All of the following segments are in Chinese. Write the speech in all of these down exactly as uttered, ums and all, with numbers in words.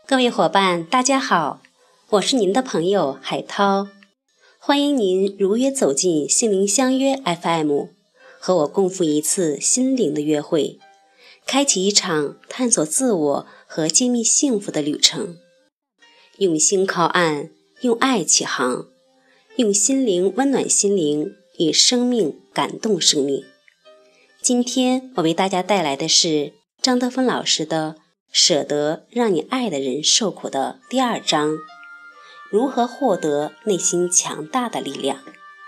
各位伙伴，大家好，我是您的朋友海涛，欢迎您如约走进心灵相约 F M， 和我共赴一次心灵的约会，开启一场探索自我和揭秘幸福的旅程。用心靠岸，用爱起航，用心灵温暖心灵，以生命感动生命。今天我为大家带来的是张德芬老师的舍得让你爱的人受苦的第二章，如何获得内心强大的力量。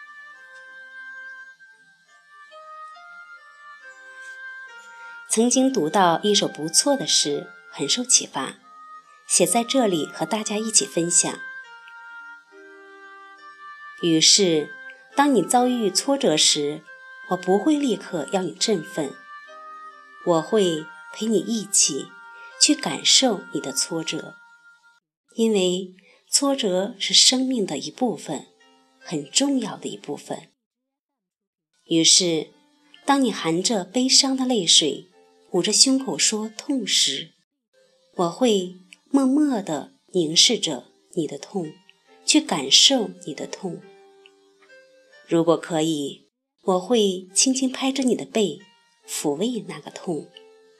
曾经读到一首不错的诗，很受启发，写在这里和大家一起分享。于是当你遭遇挫折时，我不会立刻要你振奋，我会陪你一起去感受你的挫折，因为挫折是生命的一部分，很重要的一部分。于是当你含着悲伤的泪水，捂着胸口说痛时，我会默默地凝视着你的痛，去感受你的痛。如果可以，我会轻轻拍着你的背，抚慰那个痛。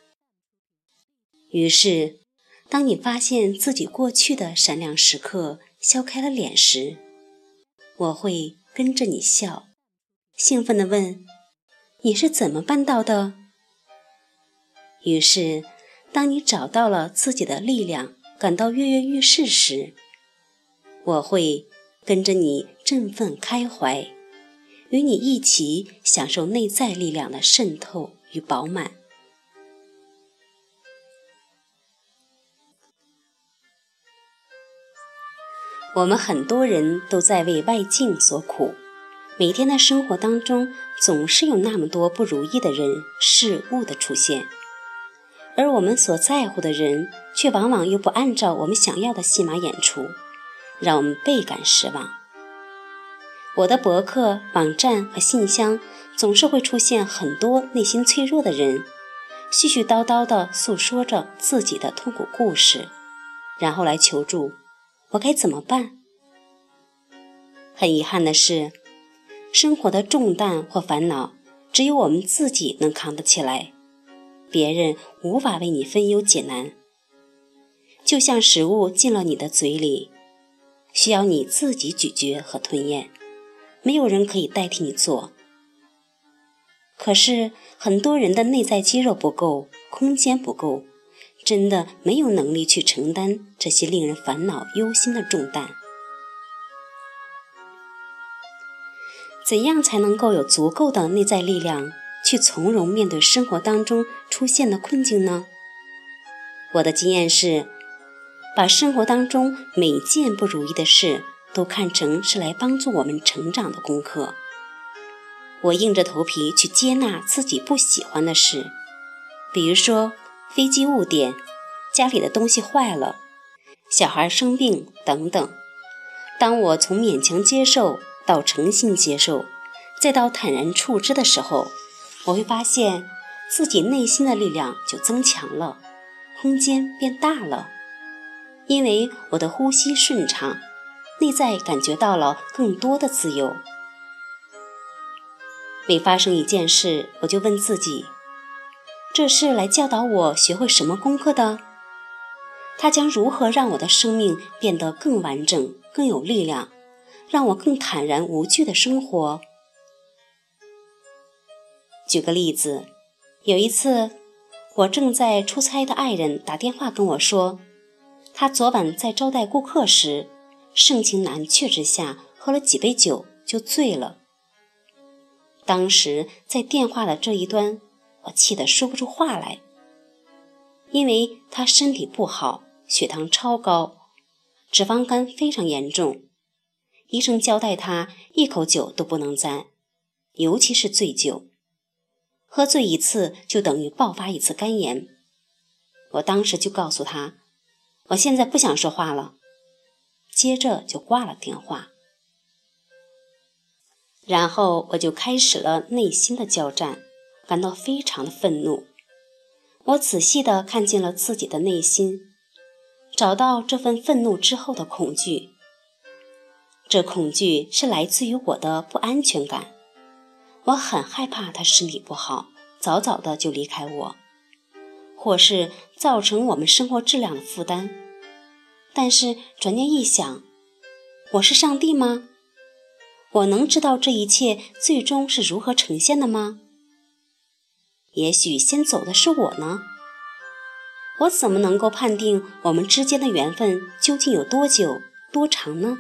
于是当你发现自己过去的闪亮时刻笑开了脸时，我会跟着你笑，兴奋地问，你是怎么办到的？于是当你找到了自己的力量，感到跃跃欲试时，我会跟着你振奋开怀，与你一起享受内在力量的渗透与饱满。我们很多人都在为外境所苦，每天的生活当中总是有那么多不如意的人事物的出现，而我们所在乎的人却往往又不按照我们想要的戏码演出，让我们倍感失望。我的博客、网站和信箱总是会出现很多内心脆弱的人，絮絮叨叨地诉说着自己的痛苦故事，然后来求助，我该怎么办？很遗憾的是，生活的重担或烦恼只有我们自己能扛得起来，别人无法为你分忧解难。就像食物进了你的嘴里，需要你自己咀嚼和吞咽，没有人可以代替你做。可是很多人的内在肌肉不够，空间不够，真的没有能力去承担这些令人烦恼忧心的重担。怎样才能够有足够的内在力量去从容面对生活当中出现的困境呢？我的经验是，把生活当中每件不如意的事都看成是来帮助我们成长的功课。我硬着头皮去接纳自己不喜欢的事，比如说飞机误点，家里的东西坏了，小孩生病等等。当我从勉强接受到诚信接受，再到坦然处之的时候，我会发现自己内心的力量就增强了，空间变大了，因为我的呼吸顺畅，内在感觉到了更多的自由。每发生一件事，我就问自己，这是来教导我学会什么功课的？它将如何让我的生命变得更完整、更有力量，让我更坦然无惧的生活？举个例子，有一次我正在出差的爱人打电话跟我说，他昨晚在招待顾客时，盛情难却之下喝了几杯酒就醉了。当时在电话的这一端，我气得说不出话来，因为他身体不好，血糖超高，脂肪肝非常严重，医生交代他一口酒都不能沾，尤其是醉酒，喝醉一次就等于爆发一次肝炎。我当时就告诉他，我现在不想说话了，接着就挂了电话。然后我就开始了内心的交战，感到非常的愤怒。我仔细地看见了自己的内心， 找到这份愤怒之后的恐惧。这恐惧是来自于我的不安全感，我很害怕他身体不好，早早的就离开我，或是造成我们生活质量的负担。但是转念一想，我是上帝吗？我能知道这一切最终是如何呈现的吗？也许先走的是我呢？我怎么能够判定我们之间的缘分究竟有多久、多长呢？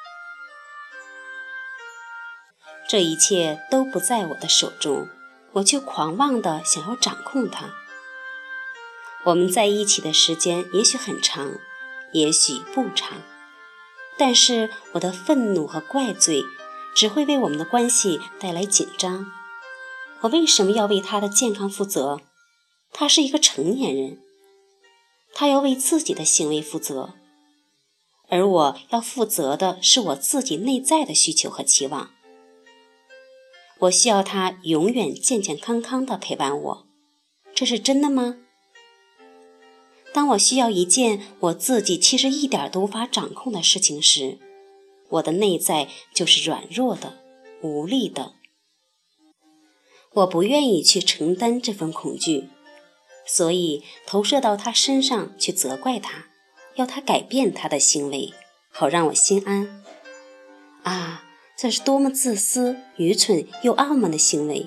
这一切都不在我的手中，我就狂妄地想要掌控它。我们在一起的时间也许很长，也许不长，但是我的愤怒和怪罪只会为我们的关系带来紧张。我为什么要为他的健康负责？他是一个成年人，他要为自己的行为负责，而我要负责的是我自己内在的需求和期望。我需要他永远健健康康地陪伴我，这是真的吗？当我需要一件我自己其实一点都无法掌控的事情时，我的内在就是软弱的、无力的。我不愿意去承担这份恐惧，所以投射到他身上去责怪他，要他改变他的行为，好让我心安。啊，这是多么自私、愚蠢又傲慢的行为！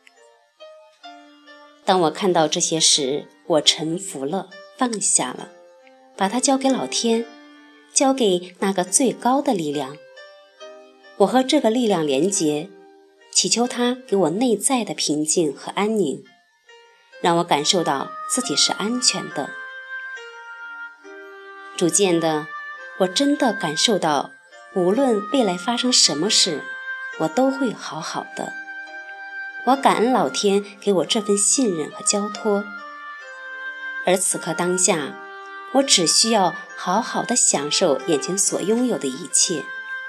当我看到这些时，我臣服了，放下了，把它交给老天，交给那个最高的力量。我和这个力量连结，祈求它给我内在的平静和安宁，让我感受到自己是安全的。逐渐的，我真的感受到，无论未来发生什么事，我都会好好的。我感恩老天给我这份信任和交托，而此刻当下，我只需要好好的享受眼前所拥有的一切。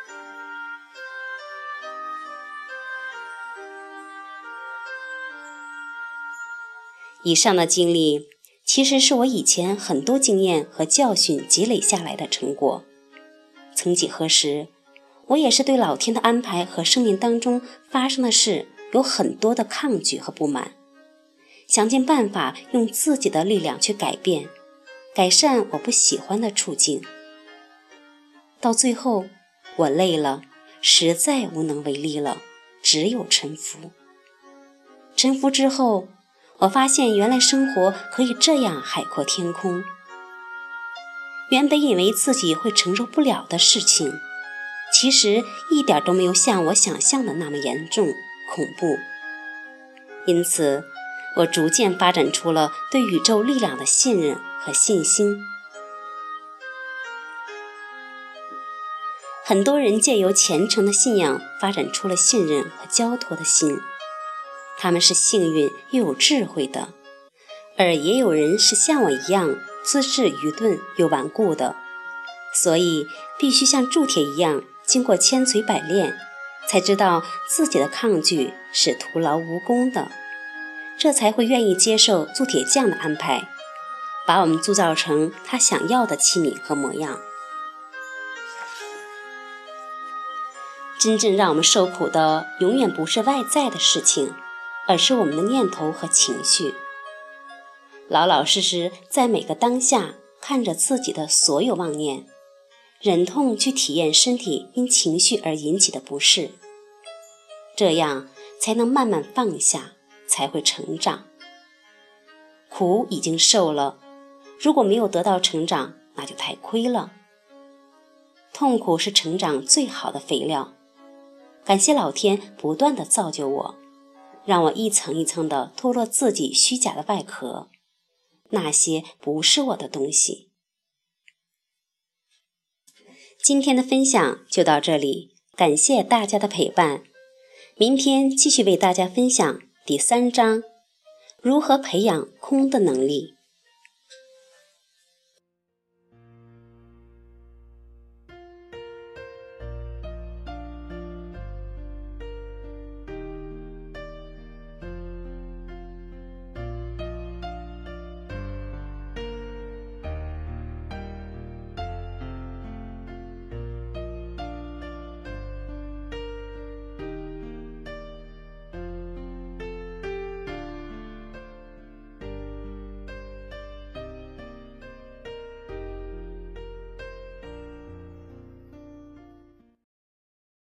以上的经历其实是我以前很多经验和教训积累下来的成果。曾几何时，我也是对老天的安排和生命当中发生的事有很多的抗拒和不满，想尽办法用自己的力量去改变，改善我不喜欢的处境。到最后，我累了，实在无能为力了，只有臣服。臣服之后，我发现原来生活可以这样海阔天空。原本以为自己会承受不了的事情，其实一点都没有像我想象的那么严重恐怖。因此，我逐渐发展出了对宇宙力量的信任和信心。很多人借由虔诚的信仰发展出了信任和交托的心，他们是幸运又有智慧的，而也有人是像我一样资质愚钝又顽固的，所以必须像铸铁一样经过千锤百炼，才知道自己的抗拒是徒劳无功的，这才会愿意接受铸铁匠的安排，把我们铸造成他想要的器皿和模样。真正让我们受苦的永远不是外在的事情，而是我们的念头和情绪。老老实实在每个当下看着自己的所有妄念，忍痛去体验身体因情绪而引起的不适，这样才能慢慢放下，才会成长。苦已经受了，如果没有得到成长，那就太亏了。痛苦是成长最好的肥料。感谢老天不断地造就我，让我一层一层地脱落自己虚假的外壳，那些不是我的东西。今天的分享就到这里，感谢大家的陪伴。明天继续为大家分享第三章，如何培养空的能力。